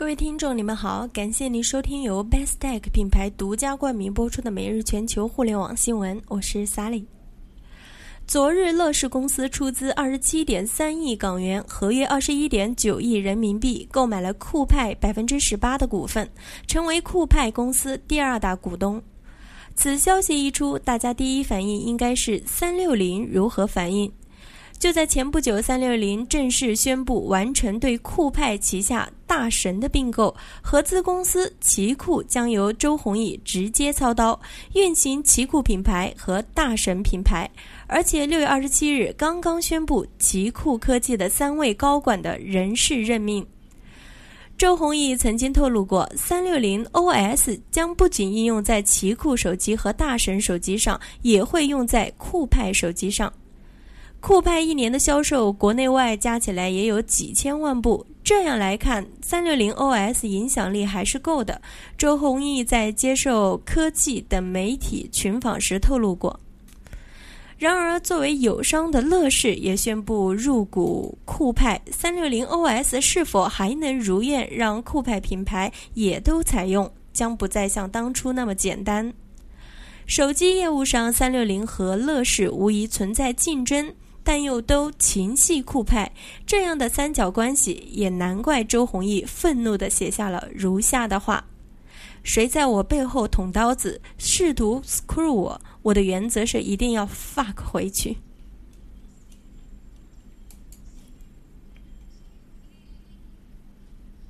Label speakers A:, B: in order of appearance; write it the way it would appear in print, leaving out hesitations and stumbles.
A: 各位听众，你们好，感谢您收听由 Bestech 品牌独家冠名播出的每日全球互联网新闻，我是 Sally。昨日，乐视公司出资27.3亿港元，合约21.9亿人民币，购买了酷派 18% 的股份，成为酷派公司第二大股东。此消息一出，大家第一反应应该是360如何反应。就在前不久，360正式宣布完成对酷派旗下大神的并购，合资公司奇酷将由周鸿祎直接操刀，运行奇酷品牌和大神品牌。而且6月27日刚刚宣布奇酷科技的3位高管的人事任命。周鸿祎曾经透露过，360 OS 将不仅应用在奇酷手机和大神手机上，也会用在酷派手机上。酷派一年的销售，国内外加起来也有几千万部。这样来看，360 OS 影响力还是够的。周鸿祎在接受科技等媒体群访时透露过。然而，作为友商的乐视也宣布入股酷派，360 OS 是否还能如愿让酷派品牌也都采用，将不再像当初那么简单。手机业务上，360和乐视无疑存在竞争，但又都情系酷派，这样的三角关系也难怪周鸿祎愤怒地写下了如下的话：谁在我背后捅刀子，试图 screw 我，我的原则是一定要 fuck 回去。